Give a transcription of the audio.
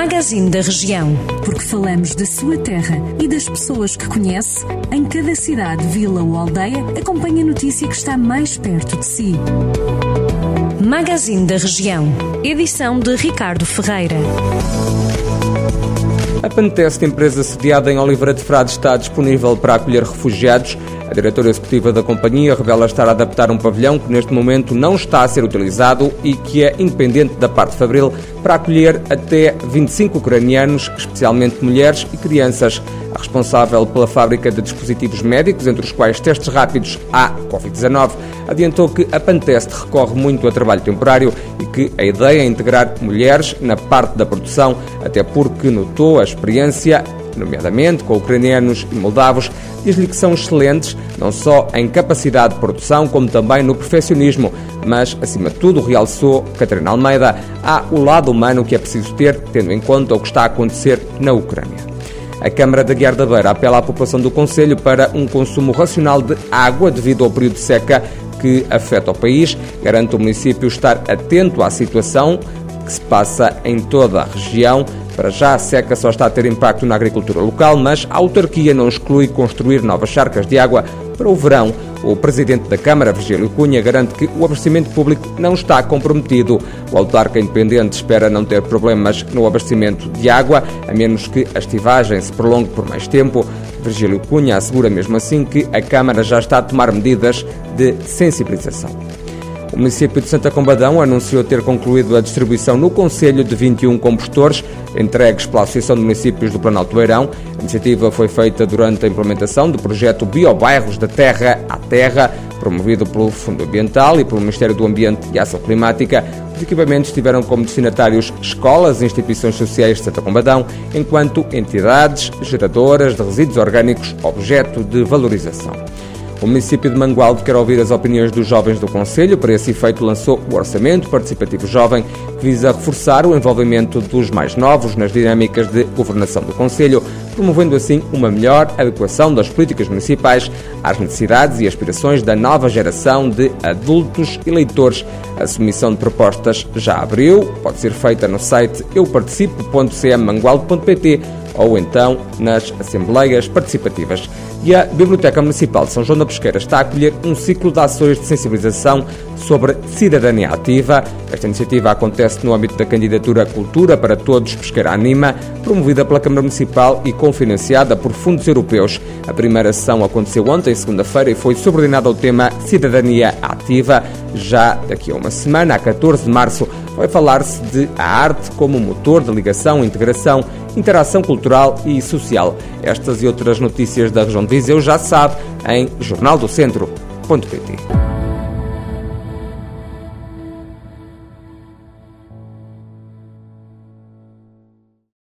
Magazine da Região. Porque falamos da sua terra e das pessoas que conhece, em cada cidade, vila ou aldeia, acompanhe a notícia que está mais perto de si. Magazine da Região. Edição de Ricardo Ferreira. A Pentest, empresa sediada em Oliveira de Frades, está disponível para acolher refugiados. A diretora executiva da companhia revela estar a adaptar um pavilhão que neste momento não está a ser utilizado e que é independente da parte fabril para acolher até 25 ucranianos, especialmente mulheres e crianças. A responsável pela fábrica de dispositivos médicos, entre os quais testes rápidos à Covid-19, adiantou que a Pentest recorre muito a trabalho temporário e que a ideia é integrar mulheres na parte da produção, até porque notou a experiência, nomeadamente com ucranianos e moldavos, diz-lhe que são excelentes, não só em capacidade de produção, como também no perfeccionismo. Mas, acima de tudo, realçou Catarina Almeida, há o lado humano que é preciso ter, tendo em conta o que está a acontecer na Ucrânia. A Câmara de Aguiar da Beira apela à população do concelho para um consumo racional de água devido ao período de seca que afeta o país. Garante o município estar atento à situação que se passa em toda a região. Para já, a seca só está a ter impacto na agricultura local, mas a autarquia não exclui construir novas charcas de água para o verão. O presidente da Câmara, Virgílio Cunha, garante que o abastecimento público não está comprometido. O autarca independente espera não ter problemas no abastecimento de água, a menos que a estivagem se prolongue por mais tempo. Virgílio Cunha assegura mesmo assim que a Câmara já está a tomar medidas de sensibilização. O município de Santa Combadão anunciou ter concluído a distribuição no concelho de 21 compostores entregues pela Associação de Municípios do Planalto Beirão. A iniciativa foi feita durante a implementação do projeto Biobairros da Terra à Terra, promovido pelo Fundo Ambiental e pelo Ministério do Ambiente e Ação Climática. Os equipamentos tiveram como destinatários escolas e instituições sociais de Santa Combadão, enquanto entidades geradoras de resíduos orgânicos objeto de valorização. O município de Mangualde quer ouvir as opiniões dos jovens do concelho. Para esse efeito, lançou o Orçamento Participativo Jovem, que visa reforçar o envolvimento dos mais novos nas dinâmicas de governação do concelho, promovendo assim uma melhor adequação das políticas municipais às necessidades e aspirações da nova geração de adultos eleitores. A submissão de propostas já abriu, pode ser feita no site euparticipo.cmmangualde.pt ou então nas Assembleias Participativas. E a Biblioteca Municipal de São João da Pesqueira está a acolher um ciclo de ações de sensibilização sobre cidadania ativa. Esta iniciativa acontece no âmbito da candidatura à Cultura para Todos Pesqueira Anima, promovida pela Câmara Municipal e cofinanciada por fundos europeus. A primeira sessão aconteceu ontem, segunda-feira, e foi subordinada ao tema Cidadania Ativa. Já daqui a uma semana, a 14 de março, vai falar-se de a arte como motor de ligação, integração, interação cultural e social. Estas e outras notícias da região de Viseu já se sabe em jornaldocentro.pt.